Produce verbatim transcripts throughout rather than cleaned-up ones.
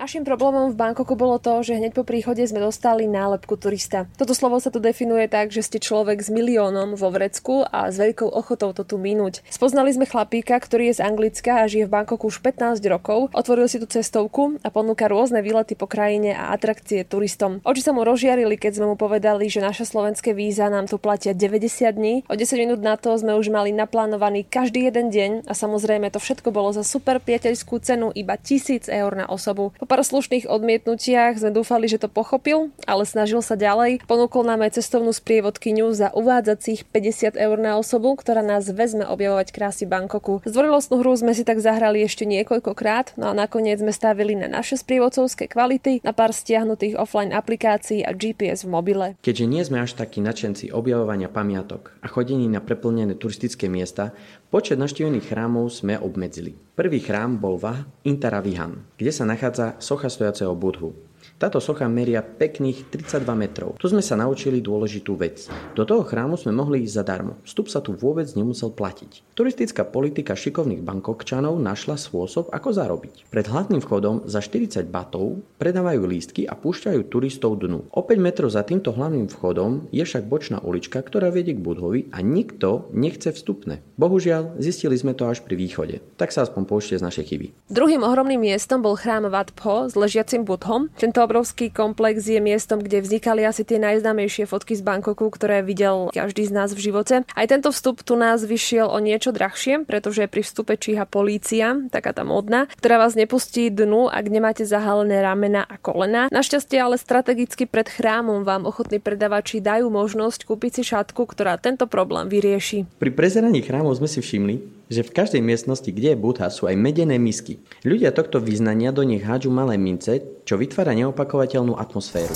Naším problémom v Bangkoku bolo to, že hneď po príchode sme dostali nálepku turista. Toto slovo sa tu definuje tak, že ste človek s miliónom vo vrecku a s veľkou ochotou to tu minúť. Spoznali sme chlapíka, ktorý je z Anglicka a žije v Bangkoku už pätnásť rokov. Otvoril si tu cestovku a ponúka rôzne výlety po krajine a atrakcie turistom. Oči sa mu rozžiarili, keď sme mu povedali, že naše slovenské víza nám tu platia deväťdesiat dní. O desať minút na to sme už mali naplánovaný každý jeden deň a samozrejme to všetko bolo za super priateľskú cenu iba tisíc eur na osobu. Po pár slušných odmietnutiach sme dúfali, že to pochopil, ale snažil sa ďalej. Ponúkol nám aj cestovnú sprievodkyňu za uvádzacích päťdesiat eur na osobu, ktorá nás vezme objavovať krásy Bangkoku. Zdvorilostnú hru sme si tak zahrali ešte niekoľkokrát, no a nakoniec sme stavili na naše sprievodcovské kvality, na pár stiahnutých offline aplikácií a G P S v mobile. Keďže nie sme až takí nadšenci objavovania pamiatok a chodení na preplnené turistické miesta, počet navštívených chrámov sme obmedzili. Prvý chrám bol Wat Intaravihan, kde sa nachádza socha stojaceho Budhu. Táto socha meria pekných tridsaťdva metrov. Tu sme sa naučili dôležitú vec. Do toho chrámu sme mohli ísť zadarmo. Vstup sa tu vôbec nemusel platiť. Turistická politika šikovných Bangkokčanov našla spôsob, ako zarobiť. Pred hlavným vchodom za štyridsať batov predávajú lístky a púšťajú turistov dnu. O päť metrov za týmto hlavným vchodom je však bočná ulička, ktorá vedie k Budhovi a nikto nechce vstupné. Bohužiaľ, zistili sme to až pri východe. Tak sa aspoň poučte z našej chyby. Druhým ohromným miestom bol chrám Wat Pho s ležiacim Budhom. Tento obrovský komplex je miestom, kde vznikali asi tie najznámejšie fotky z Bangkoku, ktoré videl každý z nás v živote. Aj tento vstup tu nás vyšiel o niečo drahšie, pretože pri vstupe číha polícia, taká tá modná, ktorá vás nepustí dnu, ak nemáte zahalené ramena a kolena. Našťastie ale strategicky pred chrámom vám ochotní predavači dajú možnosť kúpiť si šatku, ktorá tento problém vyrieši. Pri prezeraní chrámov sme si všimli, že v každej miestnosti, kde je Buddha, sú aj medené misky. Ľudia tohto vyznania do nich hádžu malé mince, čo vytvára neopakovateľnú atmosféru.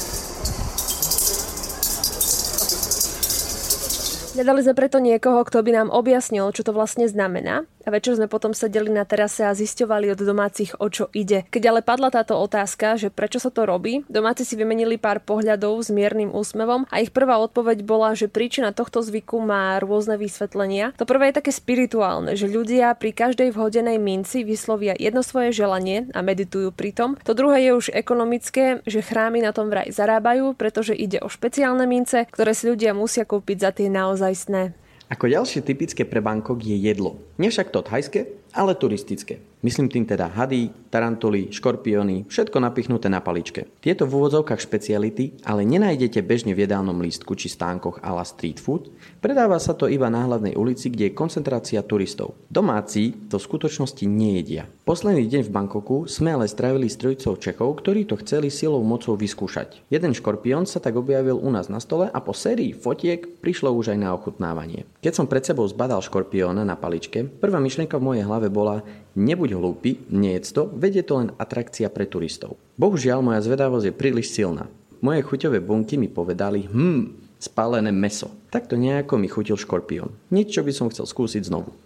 Hľadali sme preto niekoho, kto by nám objasnil, čo to vlastne znamená. A večer sme potom sedeli na terase a zisťovali od domácich, o čo ide. Keď ale padla táto otázka, že prečo sa to robí, domáci si vymenili pár pohľadov s miernym úsmevom a ich prvá odpoveď bola, že príčina tohto zvyku má rôzne vysvetlenia. To prvé je také spirituálne, že ľudia pri každej vhodenej minci vyslovia jedno svoje želanie a meditujú pri tom. To druhé je už ekonomické, že chrámy na tom vraj zarábajú, pretože ide o špeciálne mince, ktoré si ľudia musia kúpiť za tie naozajstné. Ako ďalšie typické pre Bangkok je jedlo. Nie však to thajské, ale turistické. Myslím tým teda hady, tarantuly, škorpióny, všetko napichnuté na paličke. Tieto v úvodzovkách špeciality ale nenájdete bežne v jedálnom lístku či stánkoch a la street food. Predáva sa to iba na hlavnej ulici, kde je koncentrácia turistov. Domáci to v skutočnosti nejedia. Posledný deň v Bangkoku sme ale strávili s trojicou Čechov, ktorí to chceli silou mocou vyskúšať. Jeden škorpión sa tak objavil u nás na stole a po sérii fotiek prišlo už aj na ochutnávanie. Keď som pred sebou zbadal škorpióna na paličke, prvá myšlienka v mojej hlave bola: nebuď hlúpy, nejedz to, veď je to len atrakcia pre turistov. Bohužiaľ, moja zvedavosť je príliš silná. Moje chuťové bunky mi povedali: hm, spálené mäso. Takto nejako mi chutil škorpión. Nič, čo by som chcel skúsiť znovu.